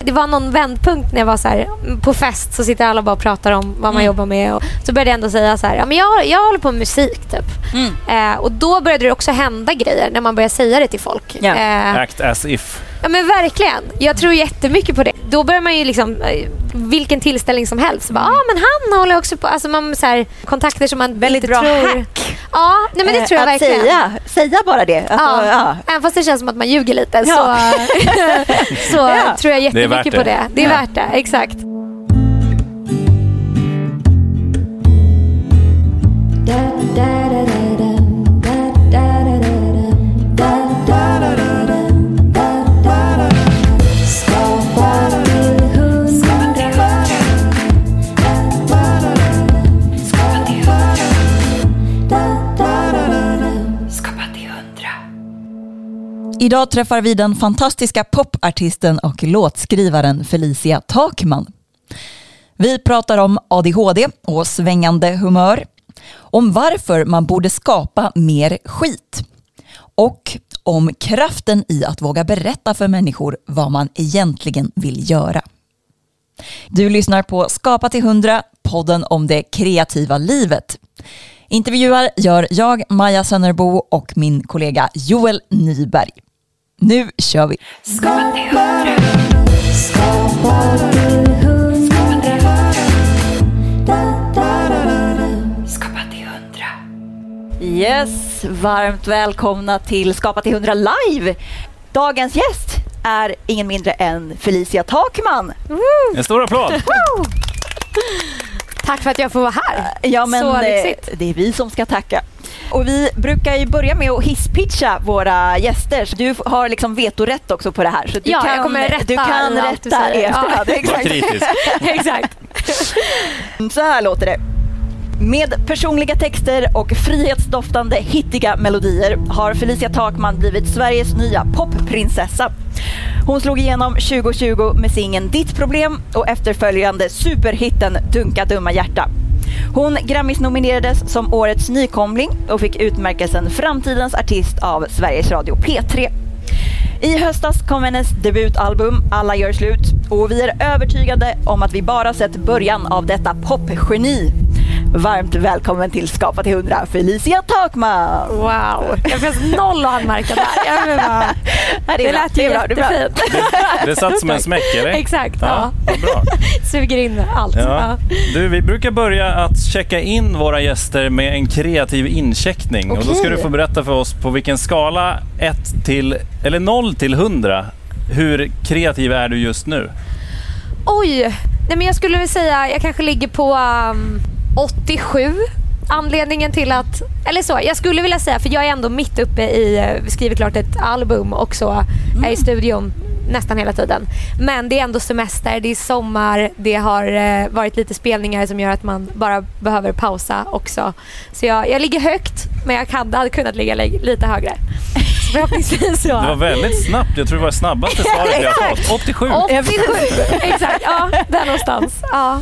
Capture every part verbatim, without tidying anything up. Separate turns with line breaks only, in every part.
det var någon vändpunkt när jag var så här, på fest så sitter alla bara och pratar om vad man mm. jobbar med och så började jag ändå säga så här, ja men jag, jag håller på med musik typ. Mm. Eh, och då började det också hända grejer när man börjar säga det till folk.
Ja.
Eh,
Act as if.
Ja men verkligen. Jag tror jättemycket på det. Då börjar man ju liksom vilken tillställning som helst. Ja ah, men han håller också på alltså man så här, kontakter som man
väldigt
inte
bra
tror.
Hack.
Ja, nej men det tror jag
att
verkligen.
Säga, säga bara det. Alltså,
ja.
Ja.
Även fast det känns som att man ljuger lite
ja.
så, så ja. tror jag jättemycket det på det. Det är ja. värt det, exakt.
Idag träffar vi den fantastiska popartisten och låtskrivaren Felicia Takman. Vi pratar om A D H D och svängande humör, om varför man borde skapa mer skit och om kraften i att våga berätta för människor vad man egentligen vill göra. Du lyssnar på Skapa till hundra, podden om det kreativa livet. Intervjuar gör jag, Maja Sönnerbo, och min kollega Joel Nyberg. Nu kör vi!
Skapa till hundra. Skapa till hundra. Skapa till hundra.
Yes, varmt välkomna till Skapa till hundra live. Dagens gäst är ingen mindre än Felicia Takman.
En stor applåd!
Tack för att jag får vara här.
Ja, men
så
det, det är vi som ska tacka. Och vi brukar ju börja med att hisspitcha våra gäster. Så du har liksom vetorätt också på det här. Så du
ja,
kan,
jag kommer rätta.
Du kan rätta i efterhand.
Exakt.
Exakt.
Så här låter det. Med personliga texter och frihetsdoftande hittiga melodier har Felicia Takman blivit Sveriges nya popprinsessa. Hon slog igenom tjugo tjugo med singeln Ditt problem och efterföljande superhitten Dunka dumma hjärta. Hon Grammis-nominerades som årets nykomling och fick utmärkelsen Framtidens artist av Sveriges Radio P tre. I höstas kom hennes debutalbum Alla gör slut och vi är övertygade om att vi bara sett början av detta popgeni. Varmt välkommen till Skapa till hundra, Felicia Takman.
Wow, jag finns noll att anmärka där. Jag bara, det, det lät ju jättefint.
Det, det satt som en smäck, eller?
Exakt,
ja.
ja.
Bra.
Suger in allt.
Ja.
Ja.
Du, vi brukar börja att checka in våra gäster med en kreativ incheckning.
Okay.
Och då ska du få berätta för oss på vilken skala ett till, eller noll till hundra, hur kreativ är du just nu?
Oj, nej men jag skulle väl säga jag kanske ligger på um, åttiosju. Anledningen till att, eller så, jag skulle vilja säga, för jag är ändå mitt uppe i, vi skriver klart ett album och så mm. är i studion nästan hela tiden. Men det är ändå semester, det är sommar, det har eh, varit lite spelningar som gör att man bara behöver pausa också. Så jag, jag ligger högt, men jag kan, hade kunnat ligga lite högre. Så förhoppningsvis så.
Det var väldigt snabbt, jag tror det var snabbaste svaret jag har fått. åttiosju.
åttiosju, exakt, ja, där någonstans. Ja.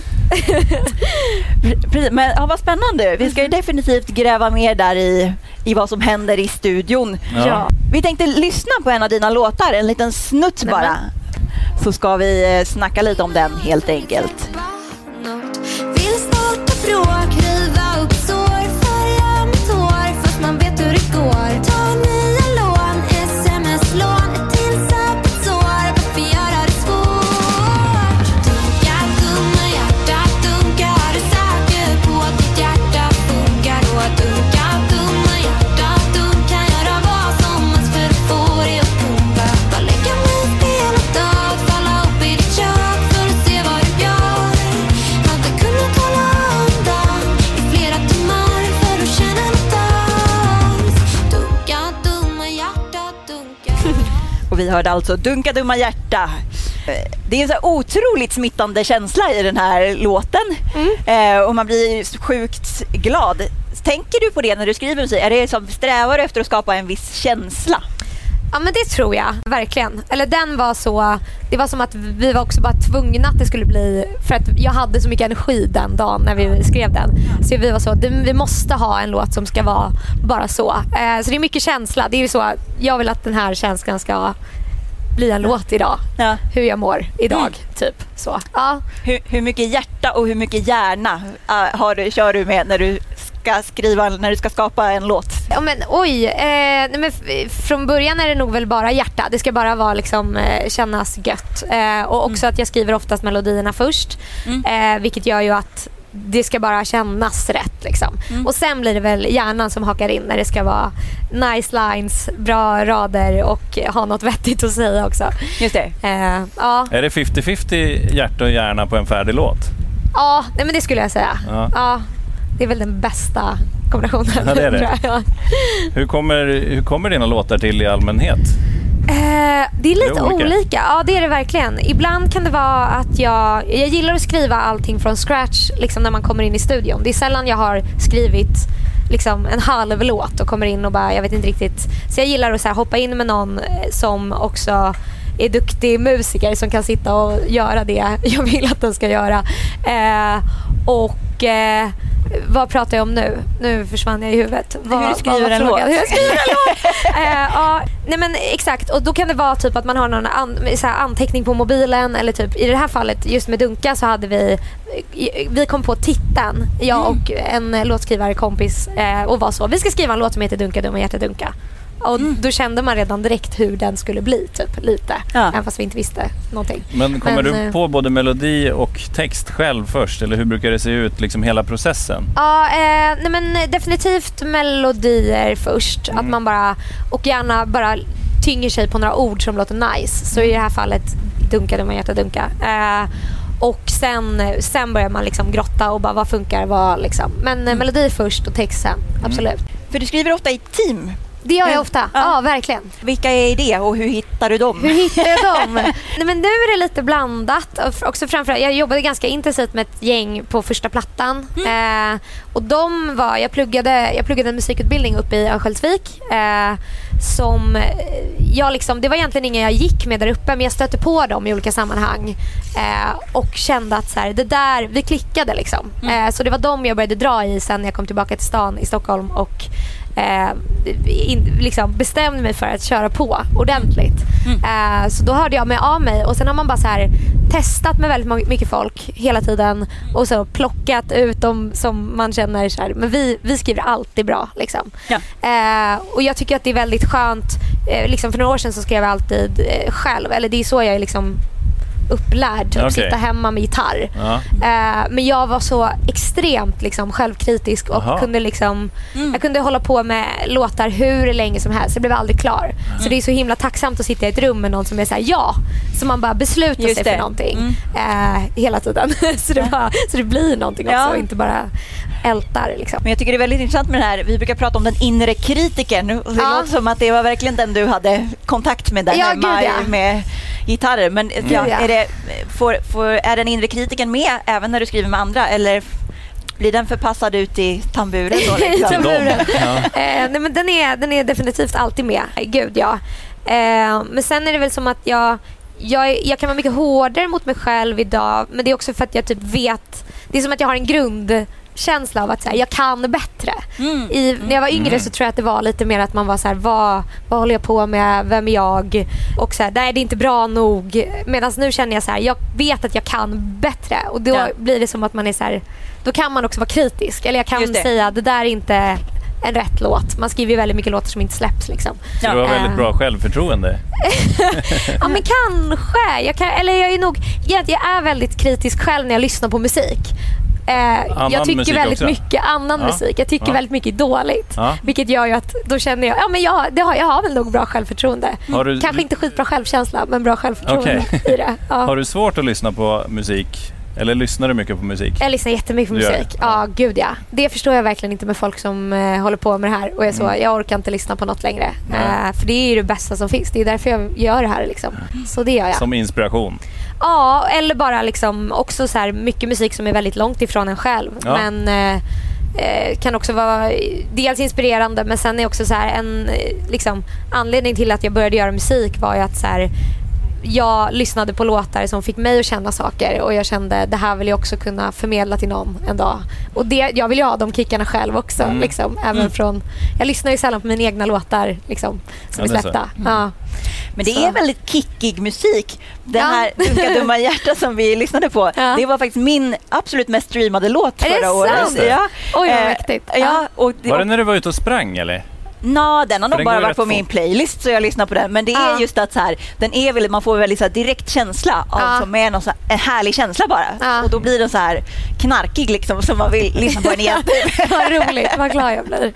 Men ja, vad spännande. Vi ska ju definitivt gräva mer där i, i vad som händer i studion.
Ja.
Ja. Vi tänkte lyssna på en av dina låtar, en liten snutt bara. Nej, men. Så ska vi snacka lite om den helt enkelt.
Vill starta bråk, riva upp sår, färga mitt hår, fast man vet hur det går. Ta nya lån, sms-lån, ett tillsatt sår, varför göra det svårt? Dunka dumma hjärta, dunka, är du säker på att ditt hjärta funkar? Och dunka dumma hjärta, dunka, göra vad som helst för att få det att pumpa. Bara lägga mig i spel och död, falla upp i ditt kök för att se vad du gör. Hade kunnat hålla undan i flera timmar för att känna något alls. Dunka dumma hjärta, dunka.
Och vi hörde alltså Dunka dumma hjärta. Det är en så här otroligt smittande känsla i den här låten. Mm. Eh, och man blir sjukt glad. Tänker du på det när du skriver musik? Är det som strävar efter att skapa en viss känsla?
Ja, men det tror jag, verkligen. Eller den var så, det var som att vi var också bara tvungna att det skulle bli, för att jag hade så mycket energi den dagen när vi skrev den. Så vi var så, det, vi måste ha en låt som ska vara bara så. Eh, så det är mycket känsla. Det är ju så, jag vill att den här känslan ska bli en låt idag.
Ja.
Hur jag mår idag, typ. Så. Ja.
Hur, hur mycket hjärta och hur mycket hjärna uh, har du, kör du med när du ska skriva, när du ska skapa en låt?
Ja, men, oj, eh, nej, men f- från början är det nog väl bara hjärta. Det ska bara vara liksom, eh, kännas gött. Eh, och också mm. att jag skriver oftast melodierna först. Mm. Eh, vilket gör ju att det ska bara kännas rätt. Liksom. Mm. Och sen blir det väl hjärnan som hakar in när det ska vara nice lines, bra rader och ha något vettigt att säga också.
Just det.
Eh, ja.
Är det fifty-fifty hjärta och hjärna på en färdig låt?
Ja, nej, men det skulle jag säga.
Ja.
Ja, det är väl den bästa kombinationen.
Ja, det är det.
Ja.
Hur kommer, hur kommer dina låtar till i allmänhet?
Eh, det är lite
Det är olika.
olika. Ja, det är det verkligen. Ibland kan det vara att jag jag gillar att skriva allting från scratch liksom när man kommer in i studion. Det är sällan jag har skrivit liksom en halv låt och kommer in och bara, jag vet inte riktigt. Så jag gillar att så här, hoppa in med någon som också är duktig musiker som kan sitta och göra det jag vill att den ska göra. Eh, och eh, vad pratar jag om nu? Nu försvann jag i huvudet. Vad,
Hur du skriver en låt.
Hur jag skriver en låt. eh, ja, nej men exakt. Och då kan det vara typ att man har någon an, så här, anteckning på mobilen. Eller typ i det här fallet, just med Dunka, så hade vi Vi kom på titeln, jag mm. och en låtskrivare kompis, eh, och var så, vi ska skriva en låt som heter Dunka, dumma hjärta dunka. Och mm. då kände man redan direkt hur den skulle bli, typ, lite. Ja. Även fast vi inte visste någonting.
Men kommer
Men,
du på både melodi och text själv först? Eller hur brukar det se ut, liksom hela processen?
Ja, eh, nej men definitivt melodier först. Mm. Att man bara, och gärna bara tynger sig på några ord som låter nice. Så i det här fallet, Dunka, dumma hjärta dunka. Eh, och sen, sen börjar man liksom grotta och bara, vad funkar, vad liksom. Men mm. melodi först och text sen, absolut. Mm.
För du skriver ofta i team.
Det gör jag ofta, ja, ja verkligen.
Vilka är det och hur hittar du dem?
Hur hittar jag dem? Nej, men nu är det lite blandat. Också framförallt, jag jobbade ganska intensivt med ett gäng på första plattan. Mm. Eh, och de var, jag pluggade, jag pluggade en musikutbildning uppe i Örnsköldsvik. Eh, som jag liksom, det var egentligen ingen jag gick med där uppe, men jag stötte på dem i olika sammanhang. Eh, och kände att så här, det där, vi klickade liksom. Mm. Eh, så det var dem jag började dra i sen när jag kom tillbaka till stan i Stockholm och Eh, in, liksom bestämde mig för att köra på ordentligt. Mm. eh, Så då hörde jag mig av mig. Och sen har man bara så här testat med väldigt mycket folk hela tiden. Och så plockat ut dem som man känner så här, men vi, vi skriver alltid bra liksom. Ja. eh, Och jag tycker att det är väldigt skönt. eh, liksom För några år sedan så skrev jag alltid eh, själv. Eller det är så jag är liksom upplärd att okay. sitta hemma med gitarr. Ja. Uh, men jag var så extremt liksom, självkritisk och Aha. kunde liksom mm. jag kunde hålla på med låtar hur länge som helst. Jag blev aldrig klar. Mm. Så det är så himla tacksamt att sitta i ett rum med någon som är så här, ja, så man bara beslutar Just sig det. för någonting mm. uh, hela tiden. så, det bara, så det blir någonting också, ja. inte bara ältar liksom.
Men jag tycker det är väldigt intressant med det här. Vi brukar prata om den inre kritiken. Det ja. låter som att det var verkligen den du hade kontakt med där
ja,
hemma
gud, ja.
med gitarrer. Men mm. ja, är, det, får, får, är den inre kritiken med även när du skriver med andra? Eller blir den förpassad ut i tamburen? Då, liksom?
tamburen. ja. eh, nej, men den, är, den är definitivt alltid med. Gud, ja. Eh, men sen är det väl som att jag, jag, jag kan vara mycket hårdare mot mig själv idag. Men det är också för att jag typ vet. Det är som att jag har en grund känsla av att så här, jag kan bättre. Mm. I, när jag var yngre mm. så tror jag att det var lite mer att man var så här, vad, vad håller jag på med? Vem är jag? Och så här, nej, det är inte bra nog. Medan nu känner jag så här, jag vet att jag kan bättre. Och då ja. blir det som att man är så här, då kan man också vara kritisk. Eller jag kan det. säga, det där är inte en rätt låt. Man skriver ju väldigt mycket låtar som inte släpps liksom.
Så du har väldigt uh. bra självförtroende?
ja, men kanske. Jag kan, eller jag är nog, jag är väldigt kritisk själv när jag lyssnar på musik. Eh, jag tycker väldigt också. mycket annan ja. musik. Jag tycker ja. väldigt mycket dåligt. Ja. Vilket gör ju att då känner jag, ja men jag, det har, jag har väl nog bra självförtroende. Du... Kanske inte skitbra självkänsla, men bra självförtroende okay. i det. Ja.
Har du svårt att lyssna på musik? Eller lyssnar du mycket på musik?
Jag lyssnar jättemycket på musik. Ja, ah, gud ja. Det förstår jag verkligen inte med folk som eh, håller på med det här. Och jag, så, mm. jag orkar inte lyssna på något längre. Eh, för det är ju det bästa som finns. Det är därför jag gör det här liksom. Så det gör jag.
Som inspiration?
Ja, eller bara liksom också så här mycket musik som är väldigt långt ifrån en själv. Ja. Men eh, kan också vara dels inspirerande, men sen är också så här en liksom anledning till att jag började göra musik var ju att så här, jag lyssnade på låtar som fick mig att känna saker och jag kände det här vill jag också kunna förmedla till någon en dag. Och det, jag vill ju ha de kickarna själv också. Mm. Liksom, även mm. från, jag lyssnar ju sällan på mina egna låtar liksom, som är släppta. Mm. Ja.
Men det
så.
är väldigt kickig musik. Den ja. här Dunka dumma hjärta som vi lyssnade på, ja. det var faktiskt min absolut mest streamade låt
är
förra året.
Ja. Oj, vad mäktigt.
Eh, ja, och
det, var det när du var ute och sprang eller?
Nå, den har nog bara varit på fort. min playlist så jag lyssnar på den. Men det är ah. just att så här, den är väldigt, man får väldigt så här direkt känsla av ah. som är någon så här, en härlig känsla bara. Ah. Och då blir den så här knarkig liksom som man vill lyssna på den igen.
Vad roligt, vad glad jag blir.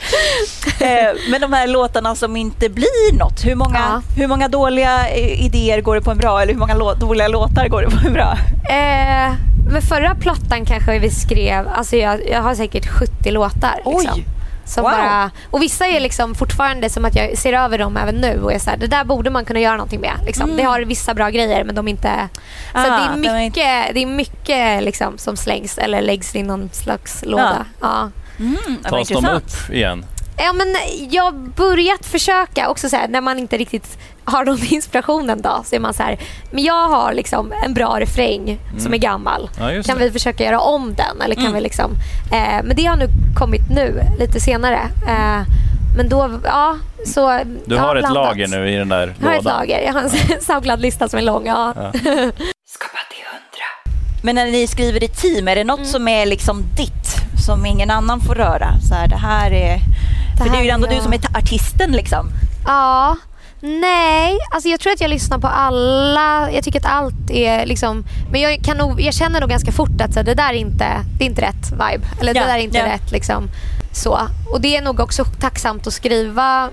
eh, men de här låtarna som inte blir något, hur många, ah. hur många dåliga idéer går det på en bra eller hur många lå- dåliga låtar går det på en bra?
Eh, men förra plattan kanske vi skrev, alltså jag, jag har säkert sjuttio låtar. Liksom.
Oj!
Som
wow.
bara, och vissa är liksom fortfarande som att jag ser över dem även nu och är så här, det där borde man kunna göra någonting med liksom. Mm. Det har vissa bra grejer men de inte så ah, det är mycket, är... det är mycket liksom, som slängs eller läggs i någon slags låda. Ja. Ja.
Mm,
tas de upp igen?
Ja, men jag har börjat försöka också så här, när man inte riktigt har någon inspirationen då så är man så här, men jag har liksom en bra refräng mm. som är gammal. Ja, kan det. vi försöka göra om den eller kan mm. vi liksom eh, men det har nu kommit nu lite senare. Eh, men då ja så
du har ett blandat. lager nu i den där
jag har lådan. Ett lager. Jag har en samlad lista som är lång. Ja. Ja.
Skapa till hundra. Men när ni skriver i team är det något mm. som är liksom ditt som ingen annan får röra så här, det här är det för det är ju ändå är... du som är artisten liksom.
Ja. Nej, alltså jag tror att jag lyssnar på alla. Jag tycker att allt är liksom, men jag kan nog, jag känner nog ganska fort att så, det där är inte, det är inte rätt vibe eller ja, det där är inte ja. rätt liksom så. Och det är nog också tacksamt att skriva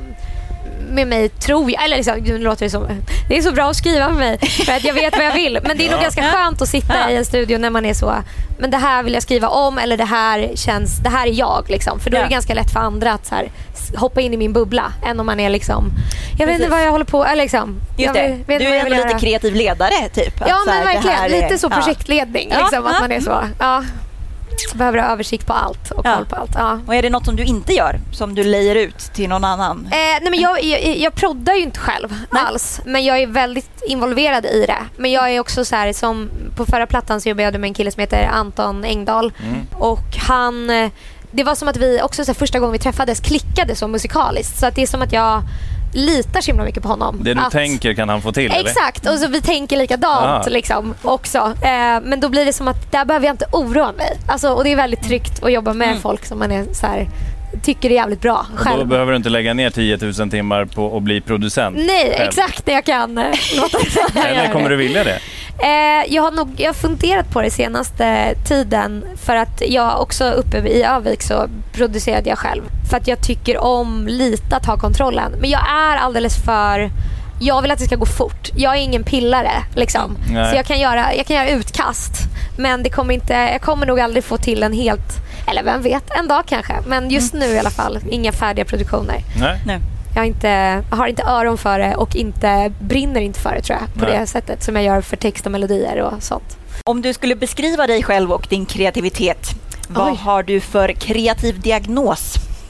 med mig, tror jag. Eller liksom, nu låter det som, det är så bra att skriva med mig för att jag vet vad jag vill. Men det är ja. nog ganska skönt att sitta ja. i en studio när man är så, men det här vill jag skriva om eller det här känns, det här är jag liksom. För då ja. är det ganska lätt för andra att så här, hoppa in i min bubbla än om man är liksom, jag vet inte vad jag håller på eller liksom.
Just det. Vet, vet du är lite göra. kreativ ledare typ.
Ja, men
här,
verkligen. Lite
är,
så projektledning ja. liksom, ja. att man är så. Ja. Behöver ha översikt på allt och koll
ja.
på allt. Ja.
Och är det något som du inte gör som du lejer ut till någon annan?
Eh, nej men jag, jag, jag proddar ju inte själv nej. alls, men jag är väldigt involverad i det. Men jag är också så här, som på förra plattan så jobbade jag med en kille som heter Anton Engdahl mm. och han, det var som att vi också så här, första gången vi träffades klickade så musikaliskt så att det är som att jag litar så himla mycket på honom.
Det du
att,
tänker kan han få till,
exakt,
eller?
och så vi tänker likadant liksom, också. Eh, men då blir det som att där behöver jag inte oroa mig. Alltså, och det är väldigt tryggt att jobba med mm. folk som man är så här, tycker är jävligt bra själv.
Och då behöver du inte lägga ner tio tusen timmar på att bli producent.
Nej, själv. Exakt det jag kan. Eh,
eller kommer du vilja det?
Eh, jag har nog jag har funderat på det senaste tiden för att jag också uppe i Övik så producerade jag själv. För att jag tycker om lite att ha kontrollen. Men jag är alldeles för... Jag vill att det ska gå fort. Jag är ingen pillare liksom. Nej. Så jag kan, göra, jag kan göra utkast. Men det kommer inte, jag kommer nog aldrig få till en helt... Eller vem vet, en dag kanske. Men just nu i alla fall, inga färdiga produktioner.
Nej.
Nej. Jag har, inte, jag har inte öron för det och inte brinner inte för det tror jag. På Nej. det sättet som jag gör för text och melodier och sånt.
Om du skulle beskriva dig själv och din kreativitet, vad Oj. har du för kreativ diagnos?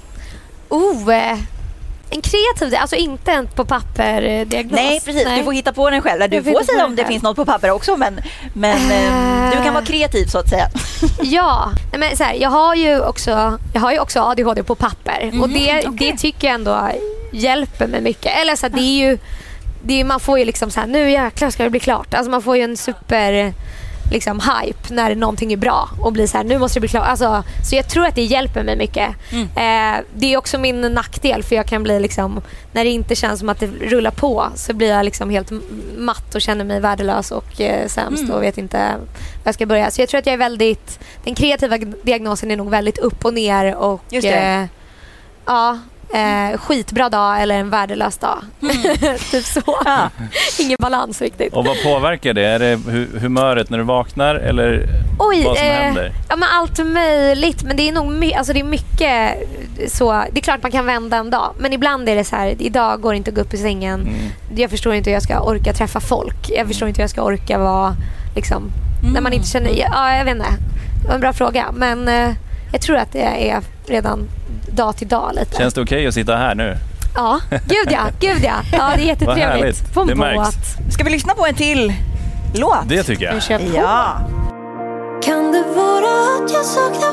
Oh, eh, en kreativ, alltså inte en på papper diagnos.
Nej, precis. Nej. Du får hitta på den själv. Du får säga om det finns något på papper också, men, men uh, du kan vara kreativ så att säga.
Ja, men så här, jag har ju också jag har ju också A D H D på papper mm, och det, okay. det tycker jag ändå hjälper mig mycket. Eller så här, det är ju det är, man får ju liksom så här, nu jäklar ska det bli klart. Alltså man får ju en super liksom hype när någonting är bra och blir så här, nu måste det bli klart. Alltså, så jag tror att det hjälper mig mycket. Mm. Eh, det är också min nackdel för jag kan bli liksom, när det inte känns som att det rullar på så blir jag liksom helt matt och känner mig värdelös och eh, sämst mm. och vet inte var jag ska börja. Så jag tror att jag är väldigt, den kreativa diagnosen är nog väldigt upp och ner och
just det.
Eh, ja Eh, skitbra dag eller en värdelös dag. Mm. Typ så. Ja. Ingen balans riktigt.
Och vad påverkar det? Är det humöret när du vaknar eller
Oj,
vad som
eh,
händer?
Ja, men allt möjligt. Men det är nog my- alltså det är mycket så. Det är klart man kan vända en dag. Men ibland är det så här, idag går det inte att gå upp i sängen. Mm. Jag förstår inte hur jag ska orka träffa folk. Jag förstår inte hur jag ska orka vara liksom, mm. när man inte känner, ja jag vet inte. Det var en bra fråga. Men eh, jag tror att det är redan dag till dag lite.
Känns det okej okay att sitta här nu?
Ja, gud ja, gud ja. Ja, det är jättetrevligt. På en båt.
Ska vi lyssna på en till låt?
Det tycker jag.
Ja.
Kan det vara att jag saknar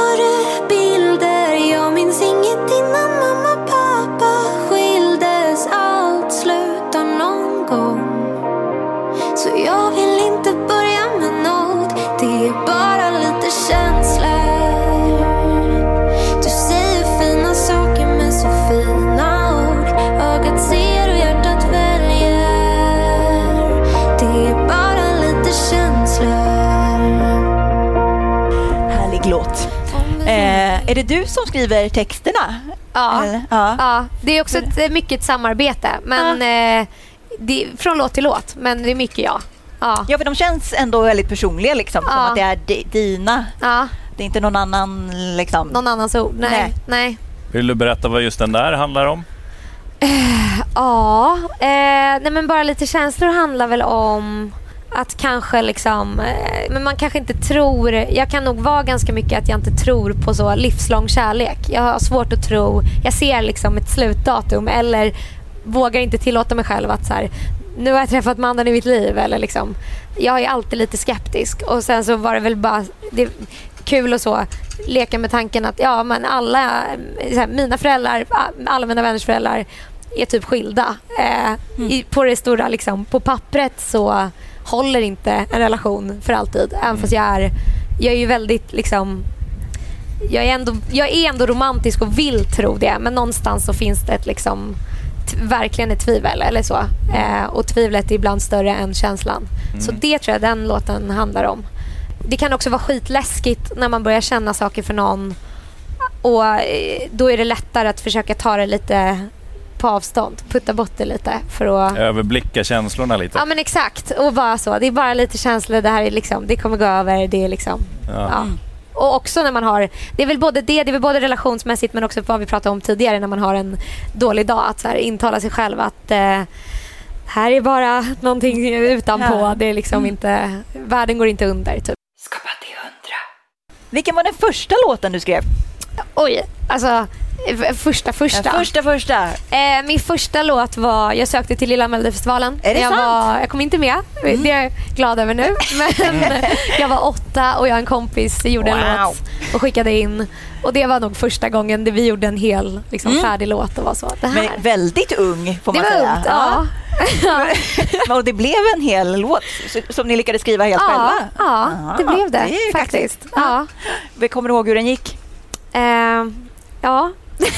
förebilder? Jag minns inget innan mamma och pappa skildes. Allt slutar någon gång, så jag vill inte börja med något. Det är bara lite känslor. Du säger fina saker med så fina ord. Ögat ser och hjärtat väljer. Det är bara lite känslor.
Härlig låt. Eh, är det du som skriver texterna?
Ja,
ja.
ja. Det är också ett, mycket ett samarbete. Men ja. eh, det, från låt till låt. Men det är mycket jag. Ja.
Ja, för de känns ändå väldigt personliga liksom,
ja.
som att det är di- dina.
Ja.
Det är inte någon annan liksom.
Någon annans ord. Nej. Nej. Nej.
Vill du berätta vad just den där handlar om?
Uh, ja, eh, nej men bara lite känslor handlar väl om att kanske liksom, eh, men man kanske inte tror, jag kan nog vara ganska mycket att jag inte tror på så livslång kärlek. Jag har svårt att tro, jag ser liksom ett slutdatum eller vågar inte tillåta mig själv att så här, nu har jag träffat mannen i mitt liv eller liksom, jag är alltid lite skeptisk och sen så var det väl bara det, kul och så leka med tanken att ja men alla så här, mina föräldrar, alla mina vänners föräldrar är typ skilda eh, mm. i, på det stora liksom, på pappret så håller inte en relation för alltid, även fast jag är jag är ju väldigt liksom jag är ändå jag är ändå romantisk och vill tro det, men någonstans så finns det ett liksom t- verkligen ett tvivel eller så eh, och tvivlet är ibland större än känslan. Mm. Så det tror jag den låten handlar om. Det kan också vara skitläskigt när man börjar känna saker för någon och då är det lättare att försöka ta det lite på avstånd, putta bort det lite för att
överblicka känslorna lite.
Ja men exakt, och bara så, det är bara lite känslor, det här är liksom, det kommer gå över, det är liksom
ja.
Ja. Och också när man har, det är väl både det, det är väl både relationsmässigt men också vad vi pratade om tidigare när man har en dålig dag, att så här intala sig själv att eh, här är bara någonting utanpå, ja. Det är liksom mm. inte, världen går inte under typ.
Skapa till hundra. Vilken var den första låten du skrev?
Oj, alltså första första.
Ja, första första.
Eh, min första låt var jag sökte till Lilla Melodifestivalen.
Är det
jag
sant?
Var, jag kom inte med. Mm. Det är jag glad över nu. Men jag var åtta och jag och en kompis gjorde wow. en låt och skickade in. Och det var nog första gången det vi gjorde en hel liksom, mm. färdig låt och var så. Det här.
Men väldigt ung får man
det var
säga.
Ungt, ja.
Ja. Och det blev en hel låt som ni lyckades skriva helt
ja,
själva.
Ja, det blev det, det faktiskt. Ja.
Ja. Kommer du ihåg hur den gick?
Uh, ja.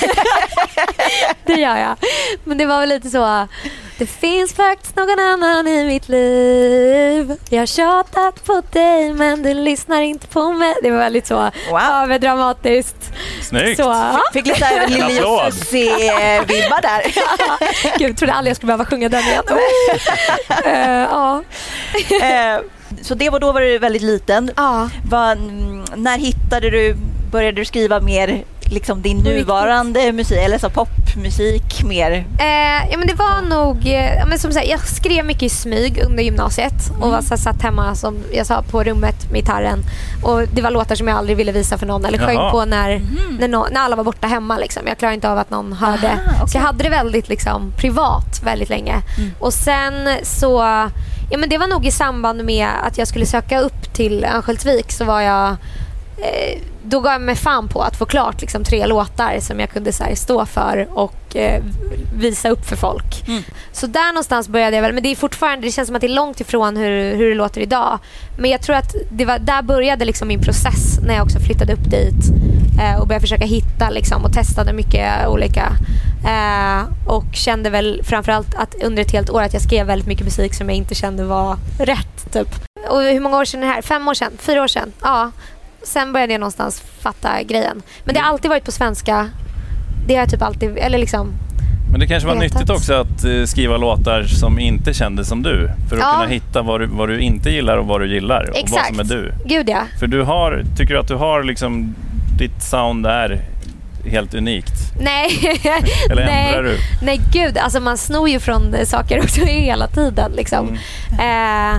Det gör jag. Men det var väl lite så. Det finns faktiskt någon annan i mitt liv. Jag har tjatat på dig men du lyssnar inte på mig. Det var väldigt så
wow.
överdramatiskt.
Snyggt.
Så.
Fick lite även Lili och Susie-vibbar där.
Gud, jag trodde aldrig jag skulle behöva sjunga den igen. uh, ja.
uh, så det var då var du väldigt liten.
Ja.
Var, när hittade du, började du skriva mer liksom din nuvarande musik eller så popmusik mer?
Eh, ja men det var nog eh, men som sagt, jag skrev mycket i smyg under gymnasiet och var så satt hemma som jag sa på rummet med gitarren och det var låtar som jag aldrig ville visa för någon eller sjöng
Jaha.
på när,
mm.
när, no, när alla var borta hemma liksom. Jag klarade inte av att någon hörde.
Aha, okay.
Så jag hade det väldigt liksom privat väldigt länge. Mm. Och sen så ja men det var nog i samband med att jag skulle söka upp till Örnsköldsvik så var jag eh, då gav jag mig fan på att få klart liksom, tre låtar som jag kunde så här, stå för och eh, visa upp för folk. Mm. Så där någonstans började jag väl, men det är fortfarande, det känns som att det är långt ifrån hur, hur det låter idag. Men jag tror att det var, där började liksom min process när jag också flyttade upp dit eh, och började försöka hitta liksom, och testade mycket olika. Eh, och kände väl framförallt att under ett helt år att jag skrev väldigt mycket musik som jag inte kände var rätt. Typ. Och hur många år sedan är det här? Fem år sedan? Fyra år sedan? Ja. Sen började jag någonstans fatta grejen. Men det har alltid varit på svenska. Det har jag typ alltid, eller liksom.
Men det kanske var vetat. Nyttigt också att uh, skriva låtar som inte kändes som du. För att
ja.
kunna hitta vad du, vad du inte gillar och vad du gillar.
Exakt.
Och vad som är du.
Gud ja.
För du har, tycker du att du har liksom, ditt sound är helt unikt?
Nej.
Eller
Nej.
ändrar du?
Nej gud, alltså man snor ju från saker också hela tiden liksom. Mm. Eh,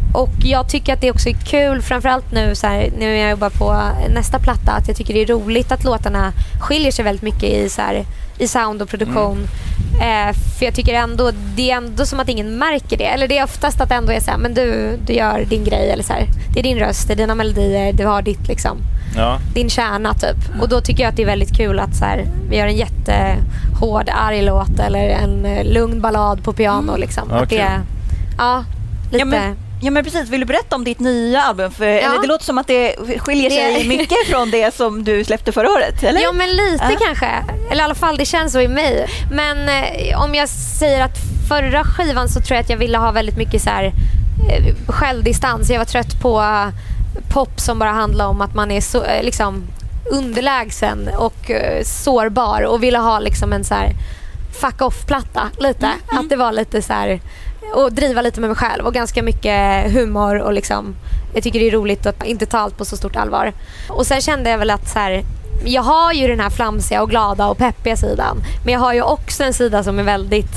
Och jag tycker att det också är kul, framförallt nu, så här, nu när jag jobbar på nästa platta, att jag tycker det är roligt att låtarna skiljer sig väldigt mycket i, så här, i sound och produktion. Mm. Eh, för jag tycker ändå, det är ändå som att ingen märker det. Eller det är oftast att ändå är så här, men du, du gör din grej, eller så här, det är din röst, det är dina melodier, du har ditt liksom, ja. din kärna typ. Och då tycker jag att det är väldigt kul att så här, vi gör en jättehård, arg låt eller en lugn ballad på piano liksom.
Okay.
Att det är, ja, lite...
Ja, men... Ja men precis, vill du berätta om ditt nya album? För,
ja.
eller det låter som att det skiljer sig det... mycket från det som du släppte förra året, eller?
Ja men lite ja. kanske, eller i alla fall det känns så i mig. Men eh, om jag säger att förra skivan så tror jag att jag ville ha väldigt mycket så här, eh, självdistans. Jag var trött på uh, pop som bara handlar om att man är så, eh, liksom underlägsen och uh, sårbar, och ville ha liksom en så här fuck off-platta lite. Mm, mm. Att det var lite så här, och driva lite med mig själv och ganska mycket humor och liksom, jag tycker det är roligt att inte ta allt på så stort allvar. Och sen kände jag väl att så här, jag har ju den här flamsiga och glada och peppiga sidan, men jag har ju också en sida som är väldigt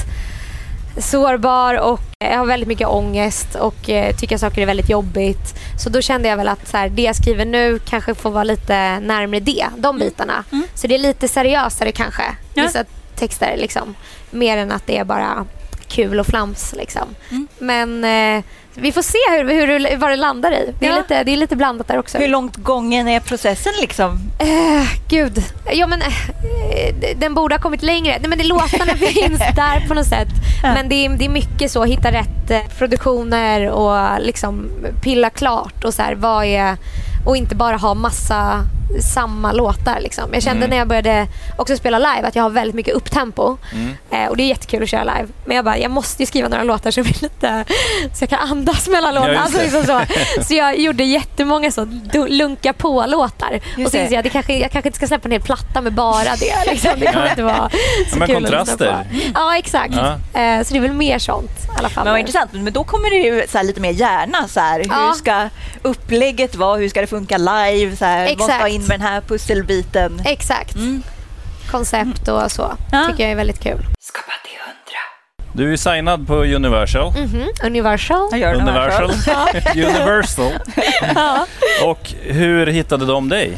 sårbar och jag har väldigt mycket ångest och eh, tycker saker är väldigt jobbigt. Så då kände jag väl att så här, det jag skriver nu kanske får vara lite närmare det, de bitarna. Mm. Så det är lite seriösare kanske, ja. vissa texter liksom, mer än att det är bara kul och flams liksom. Mm. Men eh, vi får se hur, hur, vad det landar i. Det är, ja. lite, det är lite blandat där också.
Hur långt gången är processen liksom?
Eh, gud. Ja, men eh, den borde ha kommit längre. Nej, men det låtarna finns där på något sätt. Ja. Men det är, det är mycket så, hitta rätt eh, produktioner och liksom pilla klart och så här, vad är, och inte bara ha massa samma låtar liksom. Jag kände mm. när jag började också spela live att jag har väldigt mycket upptempo. Mm. Eh, och det är jättekul att köra live. Men jag bara, jag måste ju skriva några låtar som är lite, så jag kan andas mellan låtarna. Alltså, liksom så. Så jag gjorde jättemånga så lunka på låtar. Och så insåg jag att det kanske, jag kanske inte ska släppa en hel platta med bara det. Liksom. Det kommer inte vara så
men
kul
kontraster.
att lyssna på. Ja, exakt. Ja. Eh, så det är väl mer sånt i alla fall.
Men vad intressant. Men då kommer det ju så här lite mer hjärna. Så här.
Ja.
Hur ska upplägget vara? Hur ska det funka live? Så här, vad ska in med den här pusselbiten?
Exakt. Mm. Koncept och så. Ja. Tycker jag är väldigt kul.
Skapa till hundra.
Du är signad på Universal.
Mm-hmm. Universal.
Jag
Universal. Universal. Ja. Och hur hittade de dig?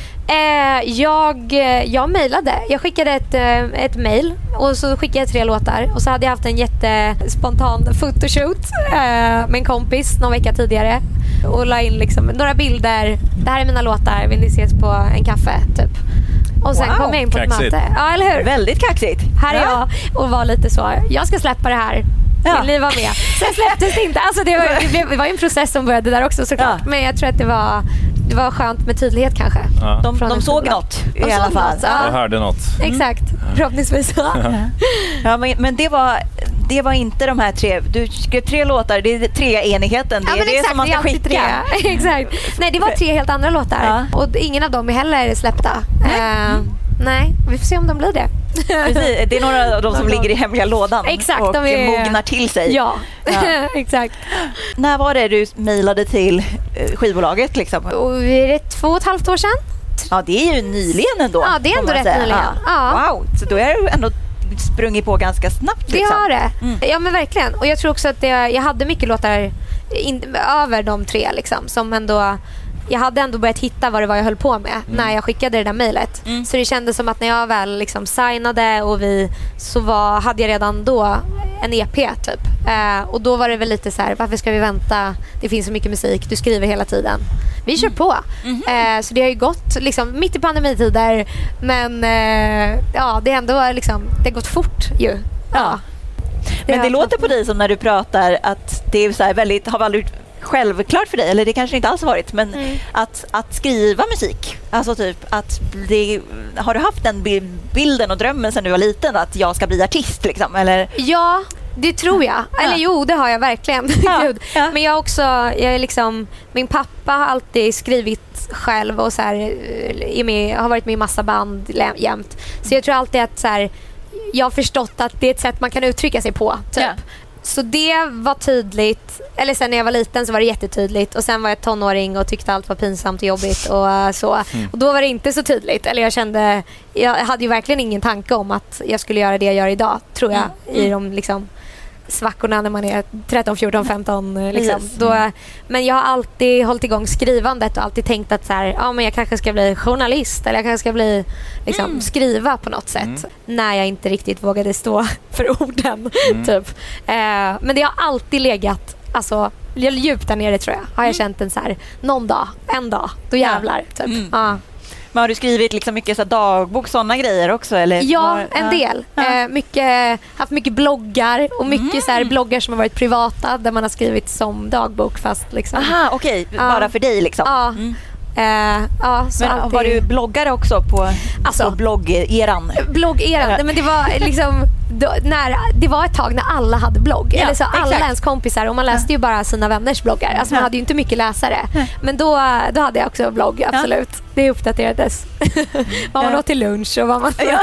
Eh, jag, jag mejlade. Jag skickade ett, ett mejl och så skickade jag tre låtar. Och så hade jag haft en jättespontan photoshoot eh, med en kompis någon vecka tidigare. Och la in liksom några bilder. Det här är mina låtar, vill ni ses på en kaffe typ. Och sen wow. kom jag in på ett
kaxigt.
möte. Ja, eller hur?
Väldigt kaxigt.
Här är
ja.
jag och var lite så, jag ska släppa det här. Ja. Vill ni vara med? Sen släpptes det inte. Alltså det, var, det, blev, det var ju en process som började där också såklart. Ja. Men jag tror att det var, det var skönt med tydlighet kanske.
Ja.
De, de såg något i de alla fall.
Något, ja.
Jag hörde något.
Mm. Exakt, förhoppningsvis. Ja.
Ja, men, men det var... Det var inte de här tre. Du skrev tre låtar. Det är tre-enigheten. Det
ja,
är det
exakt,
som man ska skicka.
Exakt. Nej, det var tre helt andra låtar. Ja. Och ingen av dem är heller släppta. Mm. Uh, nej, vi får se om de blir det.
Precis. Det är några av dem som ligger i hemliga lådan.
Exakt,
och
de är...
mognar till sig.
Ja, ja. Exakt.
När var det du mejlade till skivbolaget? Liksom?
Och är det två och ett halvt år sedan?
Ja, det är ju nyligen ändå.
Ja, det är ändå rätt nyligen.
Ja. Wow, så då är du ändå sprungit på ganska snabbt.
Liksom. Det har det. Mm. Ja, men verkligen. Och jag tror också att det, jag hade mycket låtar in, över de tre liksom, som ändå... Jag hade ändå börjat hitta vad det var jag höll på med mm. när jag skickade det där mejlet. Mm. Så det kändes som att när jag väl liksom signade och vi så var, hade jag redan då en E P typ. Eh, och då var det väl lite så här, varför ska vi vänta? Det finns så mycket musik, du skriver hela tiden. Vi kör på. Mm. Eh, så det har ju gått liksom mitt i pandemitider, men eh, ja, det är ändå liksom, det har gått fort ju. Ja.
Ja. Det men det låter på dig som när du pratar att det är så här väldigt, har väldigt självklart för dig, eller det kanske inte alls varit, men mm. att, att skriva musik, alltså typ att det, har du haft den bilden och drömmen sedan du var liten att jag ska bli artist liksom, eller? Ja,
det tror jag. Ja. Eller jo, det har jag verkligen. Ja. Gud. Ja. Men jag också, jag är liksom, min pappa har alltid skrivit själv och så här, är med, har varit med i massa band jämt. Så jag tror alltid att så här, jag har förstått att det är ett sätt man kan uttrycka sig på typ. Ja. Så det var tydligt. Eller sen när jag var liten så var det jättetydligt. Och sen var jag tonåring och tyckte allt var pinsamt och jobbigt och så. Mm. Och då var det inte så tydligt. Eller jag kände, jag hade ju verkligen ingen tanke om att jag skulle göra det jag gör idag, tror jag, mm. i de liksom svackorna när man är tretton, fjorton, femton. Liksom.
Yes.
Då, men jag har alltid hållit igång skrivandet och alltid tänkt att så här, ja, men jag kanske ska bli journalist eller jag kanske ska bli, liksom, mm. skriva på något sätt. Mm. När jag inte riktigt vågade stå för orden. Mm. Typ. Eh, men det har alltid legat, alltså, djupt där nere tror jag. Har jag mm. känt en så här, någon dag, en dag, då jävlar. Typ. Mm. Ja.
Men har du skrivit liksom mycket så dagbok, sådana grejer också? Eller?
Ja,
var,
en del. Ja. Eh, mycket, haft mycket bloggar och mycket mm. så här, bloggar som har varit privata där man har skrivit som dagbok fast liksom.
Aha, okej. Okay. Bara ja. för dig liksom.
Ja. Mm. Uh, ja, så
men
alltid... var
du bloggare också på,
alltså,
på bloggeran?
Bloggeran, ja. Men det var liksom då, när, det var ett tag när alla hade blogg. Ja, eller så alla ens kompisar och man läste ju bara sina vänners bloggar. Alltså man ja. hade ju inte mycket läsare. Ja. Men då, då hade jag också blogg, absolut. Ja. Det uppdaterades. Vad man ja. åt till lunch och vad man...
Ja.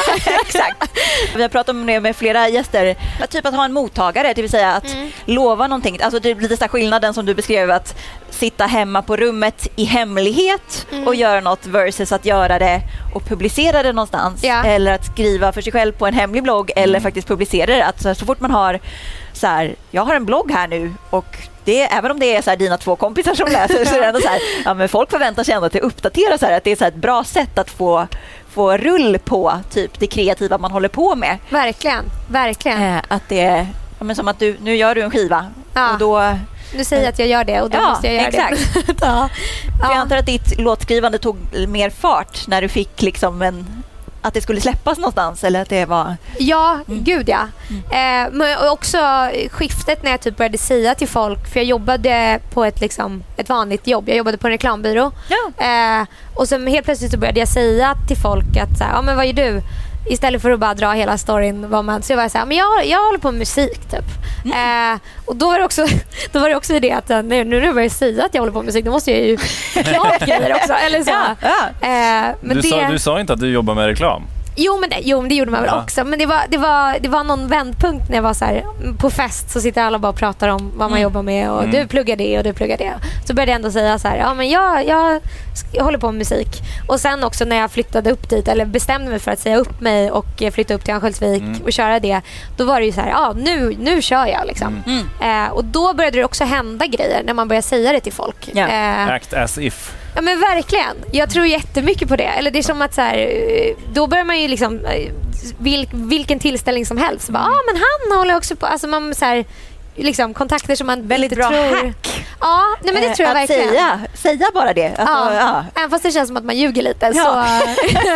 Exakt. Vi har pratat om det med flera gäster. Typ att ha en mottagare, det vill säga att mm. lova någonting. Alltså det är lite så skillnaden som du beskrev, att sitta hemma på rummet i hemlighet mm. och göra något versus att göra det och publicera det någonstans. Ja. Eller att skriva för sig själv på en hemlig blogg mm. eller faktiskt publicera det. Att så, så fort man har så här, jag har en blogg här nu och det, även om det är så här, dina två kompisar som läser så är det ändå så här, ja, men folk förväntar sig ändå att det uppdateras så här, att det är så här ett bra sätt att få, få rull på typ det kreativa man håller på med.
Verkligen, verkligen.
Eh, att det är ja, men som att du, nu gör du en skiva ja. och då...
Du säger att jag gör det och då
ja,
måste jag göra
exakt.
det. ja.
För jag antar att ditt låtskrivande tog mer fart när du fick liksom en... Att det skulle släppas någonstans eller att det var...
Ja, mm. gud ja. Mm. Eh, men också skiftet när jag typ började säga till folk, för jag jobbade på ett, liksom, ett vanligt jobb. Jag jobbade på en reklambyrå.
Ja.
Eh, och så helt plötsligt så började jag säga till folk att så här, ja, men vad gör du? Istället för att bara dra hela storyn vad man, så jag var så här, men jag, jag håller på med musik typ. Mm. Eh, och då var det också då var det också det att nu, nu när jag börjar säga att jag håller på med musik, då måste jag ju förklara grejer också eller så.
Ja, ja.
Eh, men
du,
det...
sa, du sa inte att du jobbar med reklam.
Jo men det, jo, men det gjorde man väl
ja.
också. Men det var, det, var, det var någon vändpunkt när jag var så här, på fest så sitter alla bara och pratar om vad man mm. jobbar med och mm. du pluggar det och du pluggar det. Så började jag ändå säga så här, ja men jag, jag, jag håller på med musik. Och sen också när jag flyttade upp dit, eller bestämde mig för att säga upp mig och flytta upp till Örnsköldsvik mm. och köra det, då var det ju så här, ja nu, nu kör jag liksom. Mm. Eh, och då började det också hända grejer när man började säga det till folk.
Yeah.
Eh,
Act as if.
Ja men verkligen. Jag tror jättemycket på det. Eller det är som att så här, då börjar man ju liksom vil, vilken tillställning som helst. Ja ah, men han håller också på, alltså man så här, liksom kontakter som man
väldigt bra
tror.
Hack.
Ja, nej men det tror jag
att
verkligen.
Säga, säga bara det. Alltså,
ja.
Ja.
Även fast det känns som att man ljuger lite
ja.
så,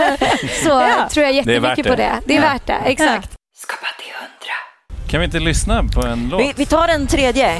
så ja. tror jag jättemycket
det
på det. Det är
ja.
värt det, exakt.
Ja. Skapa till hundra.
Kan vi inte lyssna på en låt?
Vi, vi tar en tredje.